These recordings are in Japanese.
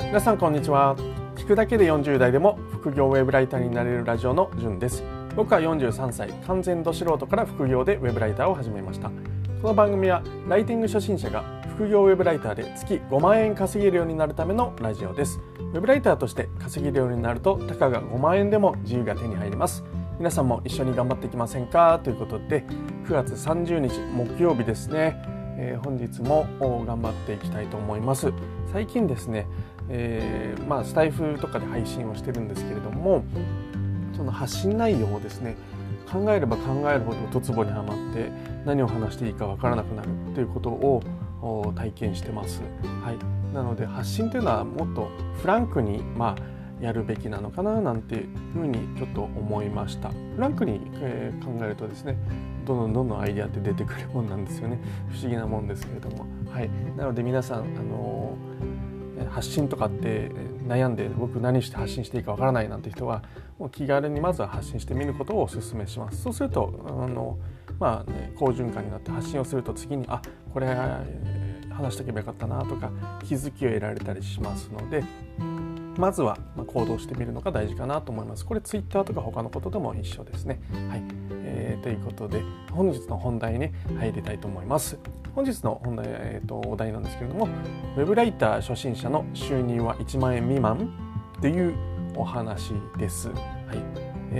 皆さんこんにちは。聞くだけで40代でも副業ウェブライターになれるラジオのじゅんです。僕は43歳、完全ど素人から副業でウェブライターを始めました。この番組はライティング初心者が副業ウェブライターで月5万円稼げるようになるためのラジオです。ウェブライターとして稼げるようになるとたかが5万円でも自由が手に入ります。皆さんも一緒に頑張っていきませんかということで、9月30日木曜日ですね。本日も頑張っていきたいと思います。最近ですね、スタイフとかで配信をしてるんですけれども、その発信内容をですね、考えれば考えるほどドツボにはまって何を話していいかわからなくなるということを体験してます。はい、なので発信というのはもっとフランクにやるべきなのかななんていうふうにちょっと思いました。フランクに、考えるとですね、どんどんアイデアって出てくるもんなんですよね。不思議なもんですけれども、はい、なので皆さん発信とかって悩んで僕何して発信していいかわからないなんて人はもう気軽にまずは発信してみることをお勧めします。そうすると好循環になって発信をすると次にこれ話しておけばよかったなとか気づきを得られたりしますので、まずは行動してみるのが大事かなと思います。これツイッターとか他のことでも一緒ですね。はい、ということで本日の本題に入りたいと思います。本日の本題、お題なんですけれども、ウェブライター初心者の収入は1万円未満というお話です。はい、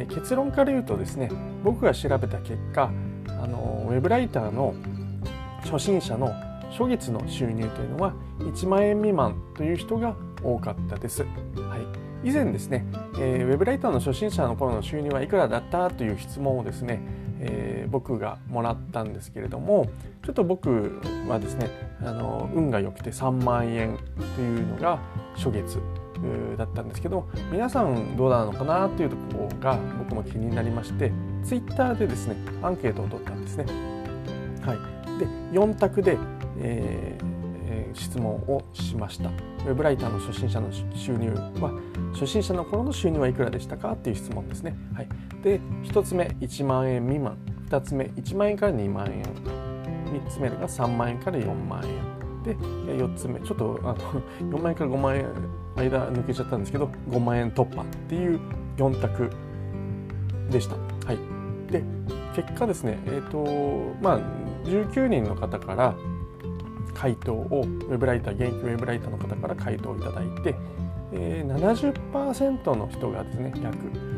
結論から言うとですね、僕が調べた結果、ウェブライターの初心者の初月の収入というのは1万円未満という人が多かったです。はい、以前ですね、ウェブライターの初心者の頃の収入はいくらだったという質問をですね、僕がもらったんですけれども、ちょっと僕はですね、運が良くて3万円というのが初月だったんですけど、皆さんどうなのかなというところが僕も気になりまして、ツイッターでですねアンケートを取ったんですね。はい、で4択で、質問をしました。ウェブライターの初心者の収入は初心者の頃の収入はいくらでしたかという質問ですね。はい、で1つ目1万円未満、2つ目1万円から2万円、3つ目が3万円から4万円で、4つ目ちょっと4万円から5万円間抜けちゃったんですけど、5万円突破っていう4択でした。はい、で結果ですね、19人の方から回答を現役ウェブライターの方から回答をいただいて、70% の人がですね約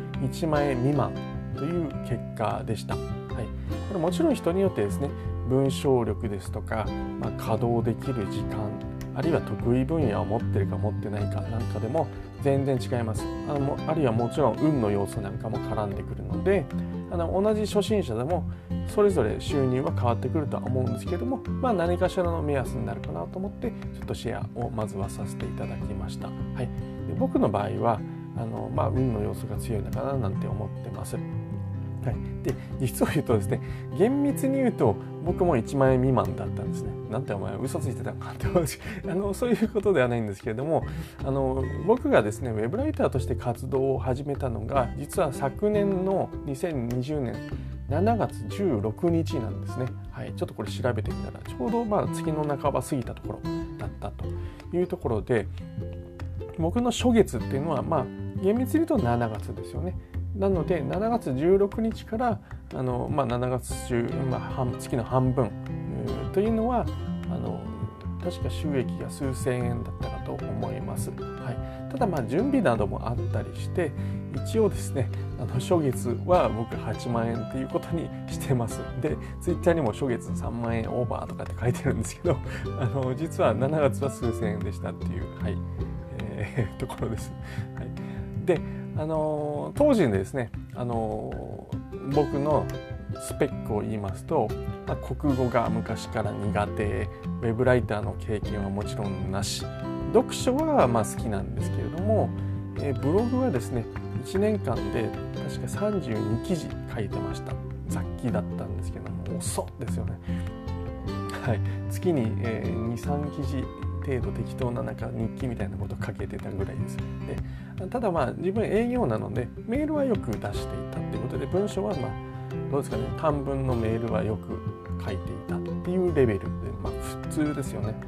1万円未満という結果でした。はい、これもちろん人によってですね、文章力ですとか、稼働できる時間、あるいは得意分野を持ってるか持ってないかなんかでも全然違います。あるいはもちろん運の要素なんかも絡んでくるので、同じ初心者でもそれぞれ収入は変わってくるとは思うんですけども、何かしらの目安になるかなと思ってちょっとシェアをまずはさせていただきました。はい、で僕の場合は運の要素が強いのかななんて思ってます。はい、で実を言うとですね、厳密に言うと僕も1万円未満だったんですね。なんてお前嘘ついてたのかってそういうことではないんですけれども、僕がですねウェブライターとして活動を始めたのが実は昨年の2020年7月16日なんですね。はい、ちょっとこれ調べてみたらちょうど月の半ば過ぎたところだったというところで、僕の初月っていうのは厳密に言うと7月ですよね。なので7月16日から7月中、月の半分というのは確か収益が数千円だったかと思います。はい、ただ準備などもあったりして一応ですね初月は僕8万円っていうことにしてます。でツイッターにも初月3万円オーバーとかって書いてるんですけど実は7月は数千円でしたっていう、はいところです。はい、で当時ですね僕のスペックを言いますと、国語が昔から苦手、ウェブライターの経験はもちろんなし、読書は好きなんですけれども、ブログはですね1年間で確か32記事書いてました。雑記だったんですけども遅っですよね。はい、月に、2,3 記事程度適当な日記みたいなことを書けてたぐらいです。でただ自分営業なのでメールはよく出していたということで、文章はどうですかね、短文のメールはよく書いていたっていうレベルで、普通ですよね。はい、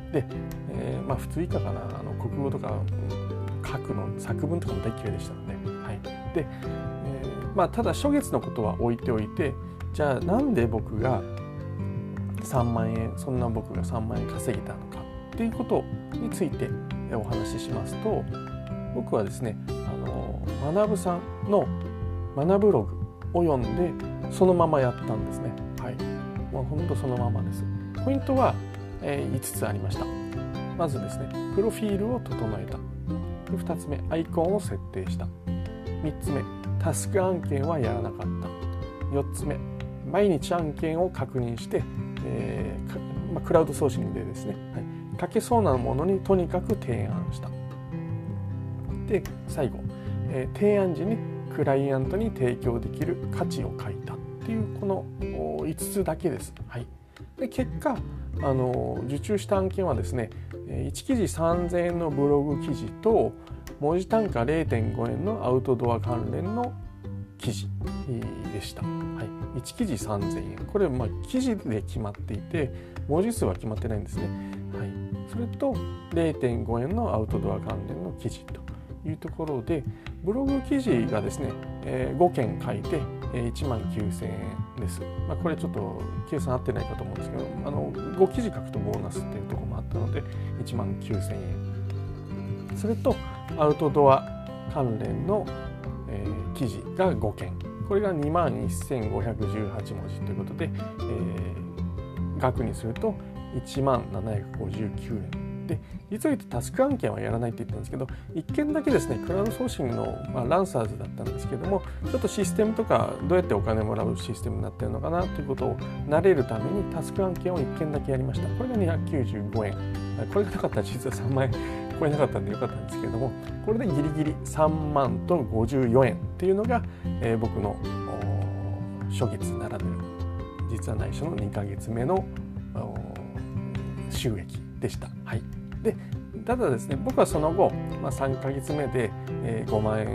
で、普通以下かな、国語とか書くの作文とかも大嫌いでしたので、はい。で、ただ初月のことは置いておいて、じゃあなんで僕が3万円そんな僕が3万円稼げたのかっていうことについてお話ししますと、僕はですね、学さんの学ブログを読んでそのままやったんですね。はい。もう本当そのままです。ポイントは、5つありました。まずですね、プロフィールを整えた。2つ目、アイコンを設定した。3つ目、タスク案件はやらなかった。4つ目、毎日案件を確認して、クラウドソーシングでですね、はい、書けそうなものにとにかく提案した。で、最後、提案時にクライアントに提供できる価値を書いたっていうこの5つだけです。はい。で、結果受注した案件はですね、1記事3000円のブログ記事と文字単価 0.5 円のアウトドア関連の記事でした。はい、1記事3000円。これ記事で決まっていて文字数は決まってないんですね。はい、それと 0.5 円のアウトドア関連の記事というところで、ブログ記事がですね、5件書いて19,000円です。これちょっと計算合ってないかと思うんですけど、5記事書くとボーナスっていうところもあったので19,000円。それとアウトドア関連の、記事が5件。これが21,518文字ということで、額にすると1759円。で、実を言うとタスク案件はやらないって言ったんですけど、1件だけですね、クラウドソーシングの、ランサーズだったんですけども、ちょっとシステムとかどうやってお金もらうシステムになってるのかなということを慣れるためにタスク案件を1件だけやりました。これが295円。これがなかったら実は3万円超えなかったんでよかったんですけれども、これでギリギリ3万と54円っていうのが、僕の初月ならぬ実は内緒の2ヶ月目の収益でした。はい。で、ただですね、僕はその後、3ヶ月目で月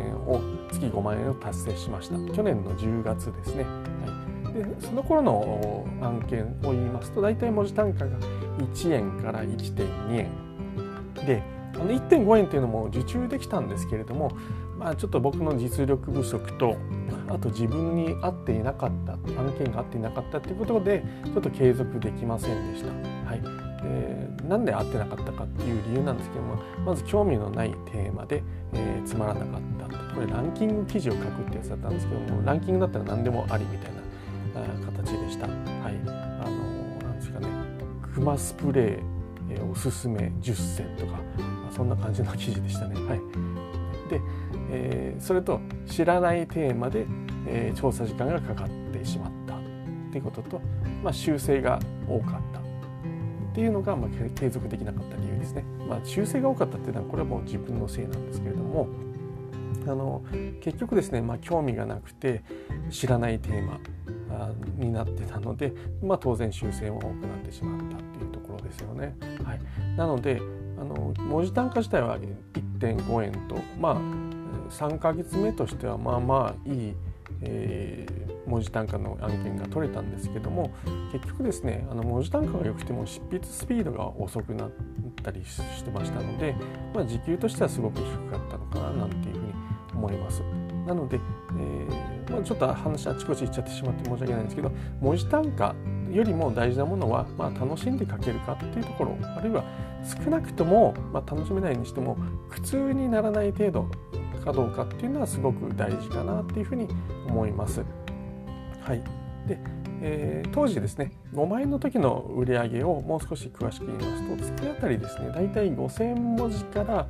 5万円を達成しました。去年の10月ですね。はい、でその頃の案件を言いますと、大体文字単価が1円から 1.2 円で、1.5 円っていうのも受注できたんですけれども、ちょっと僕の実力不足と、あと自分に合っていなかった案件が合っていなかったということでちょっと継続できませんでした。はい。なんで合ってなかったかっていう理由なんですけども、まず興味のないテーマで、つまらなかった。これランキング記事を書くってやつだったんですけども、ランキングだったら何でもありみたいな形でした。はい。なんですかね、クマスプレー、おすすめ10選とか、そんな感じの記事でしたね。はい。で、それと知らないテーマで、調査時間がかかってしまったっていうことと、修正が多かったっていうのが、継続できなかった理由ですね。修正が多かったっていうのはこれはもう自分のせいなんですけれども、結局ですね、興味がなくて知らないテーマになってたので、当然修正も多くなってしまったっていうところですよね。はい。なので文字単価自体は 1.5 円と、3ヶ月目としてはいい、文字単価の案件が取れたんですけども、結局ですね、文字単価が良くても執筆スピードが遅くなったりしてましたので、時給としてはすごく低かったのかななんていうふうに思います。なので、ちょっと話あちこち行っちゃってしまって申し訳ないんですけど、文字単価よりも大事なものは、楽しんで書けるかっていうところ、あるいは少なくとも、楽しめないにしても苦痛にならない程度かどうかっていうのはすごく大事かなっていうふうに思います。はい。で、当時ですね、5万円の時の売り上げをもう少し詳しく言いますと、月あたりですね、だいたい5000文字から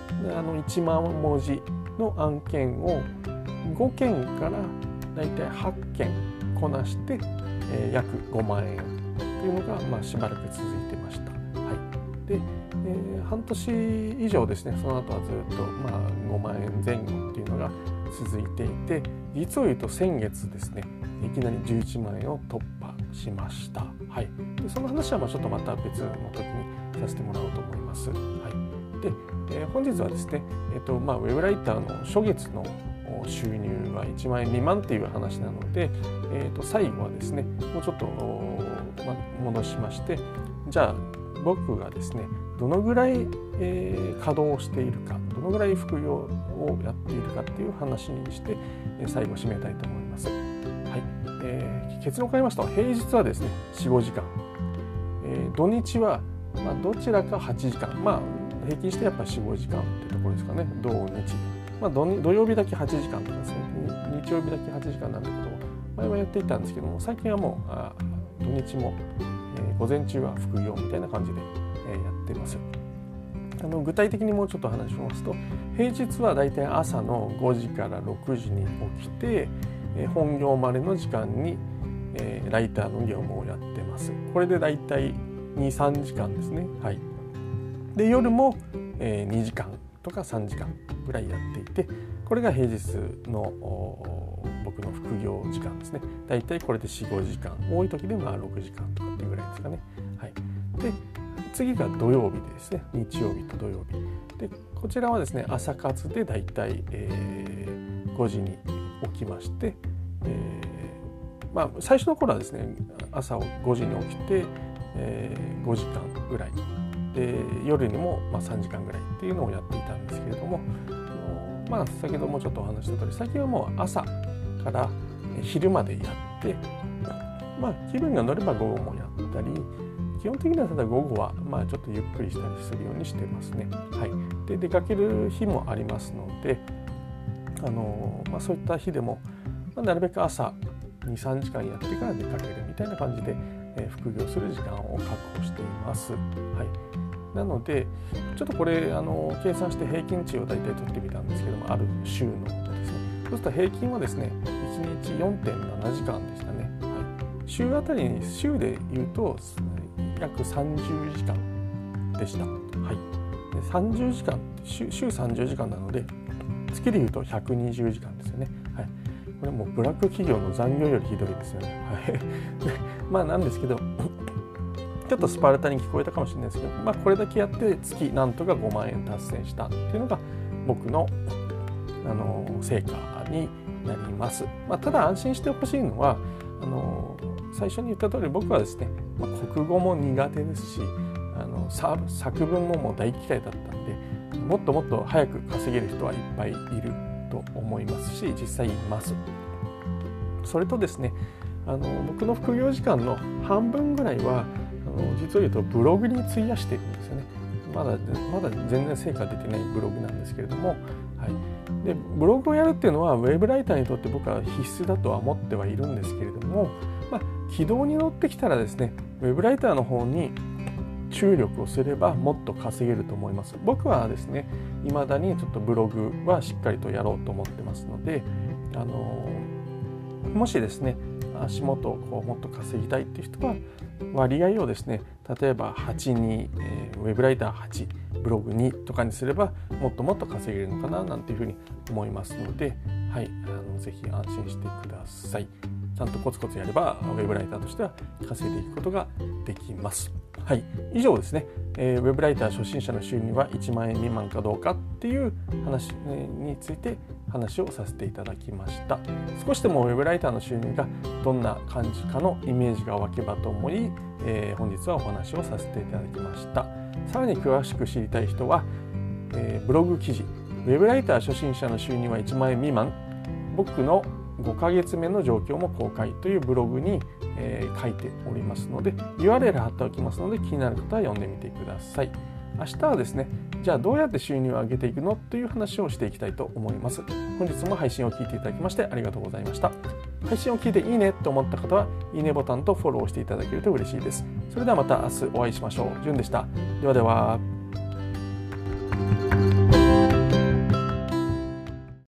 1万文字の案件を5件からだいたい8件こなして、約5万円というのが、しばらく続いてました。はい。で、半年以上ですね、その後はずっと、5万円前後っていうのが続いていて、実を言うと先月ですね、いきなり11万円を突破しました。はい。で、その話はちょっとまた別の時にさせてもらおうと思います。はい。で、本日はですね、ウェブライターの初月の収入は1万円未満っていう話なので、最後はですね、もうちょっと、戻しまして、じゃあ僕がですねどのぐらい、稼働しているか、どのぐらい副業をやっているかっていう話にして、最後締めたいと思います。はい、結論から言いますと、平日はですね 4,5 時間、土日は、どちらか8時間、平均してやっぱ 4,5 時間ってところですかね。土日、土曜日だけ8時間とかですね、日曜日だけ8時間なんてことを前はやっていたんですけども、最近はもう土日も、午前中は副業みたいな感じで、やってます。具体的にもうちょっと話しますと、平日はだいたい朝の5時から6時に起きて、本業までの時間に、ライターの業務をやってます。これでだいたい 2,3 時間ですね。はい、で夜も、2時間とか3時間ぐらいやっていて、これが平日の僕の副業時間ですね。だいたいこれで 4,5 時間、多い時で6時間とかっていうぐらいですかね。はい、で次が土曜日ですね。日曜日と土曜日で、こちらはですね朝活でだいたい5時に起きまして、最初の頃はですね朝5時に起きて、5時間ぐらいで、夜にも3時間ぐらいっていうのをやっていたんですけれども、先ほどもちょっとお話した通り、最近はもう朝から昼までやって、気分が乗れば午後もやったり、基本的にはただ午後はちょっとゆっくりしたりするようにしてますね。はい、で出かける日もありますので、そういった日でも、なるべく朝 2,3 時間やってから出かけるみたいな感じで、副業する時間を確保しています。はい、なのでちょっとこれ計算して平均値を大体取ってみたんですけども、ある週のですね、そうすると平均はですね1日 4.7 時間でしたね。はい、週あたりに週で言うと約30時間でした。はい、で30時間週30時間なので、月で言うと120時間ですよね。はい、これもうブラック企業の残業よりひどいですよね。はい、なんですけどちょっとスパルタに聞こえたかもしれないですけど、これだけやって月なんとか5万円達成したっていうのが僕の、成果になります。ただ安心してほしいのは最初に言った通り、僕はですね、国語も苦手ですし、作文ももう大嫌いだったんで、もっともっと早く稼げる人はいっぱいいると思いますし、実際います。それとですね、僕の副業時間の半分ぐらいは実を言うとブログに費やしているんですよね。まだ全然成果出てないブログなんですけれども、はい、でブログをやるっていうのはウェブライターにとって僕は必須だとは思ってはいるんですけれども、軌道に乗ってきたらですね、ウェブライターの方に注力をすればもっと稼げると思います。僕はですね、未だにちょっとブログはしっかりとやろうと思ってますので、もしですね足元をもっと稼ぎたいっていう人は割合をですね、例えば8に、ウェブライター8、ブログ2とかにすればもっともっと稼げるのかななんていうふうに思いますので、はい、ぜひ安心してください。ちゃんとコツコツやればウェブライターとしては稼いでいくことができます。はい、以上ですね、ウェブライター初心者の収入は1万円未満かどうかっていう話について話をさせていただきました。少しでもウェブライターの収入がどんな感じかのイメージが湧けばと思い、本日はお話をさせていただきました。さらに詳しく知りたい人は、ブログ記事ウェブライター初心者の収入は1万円未満、僕の5ヶ月目の状況も公開というブログに、書いておりますので URL 貼っておきますので、気になる方は読んでみてください。明日はですね、じゃあどうやって収入を上げていくのという話をしていきたいと思います。本日も配信を聞いていただきましてありがとうございました。配信を聞いていいねと思った方はいいねボタンとフォローしていただけると嬉しいです。それではまた明日お会いしましょう。じゅんでした。ではでは。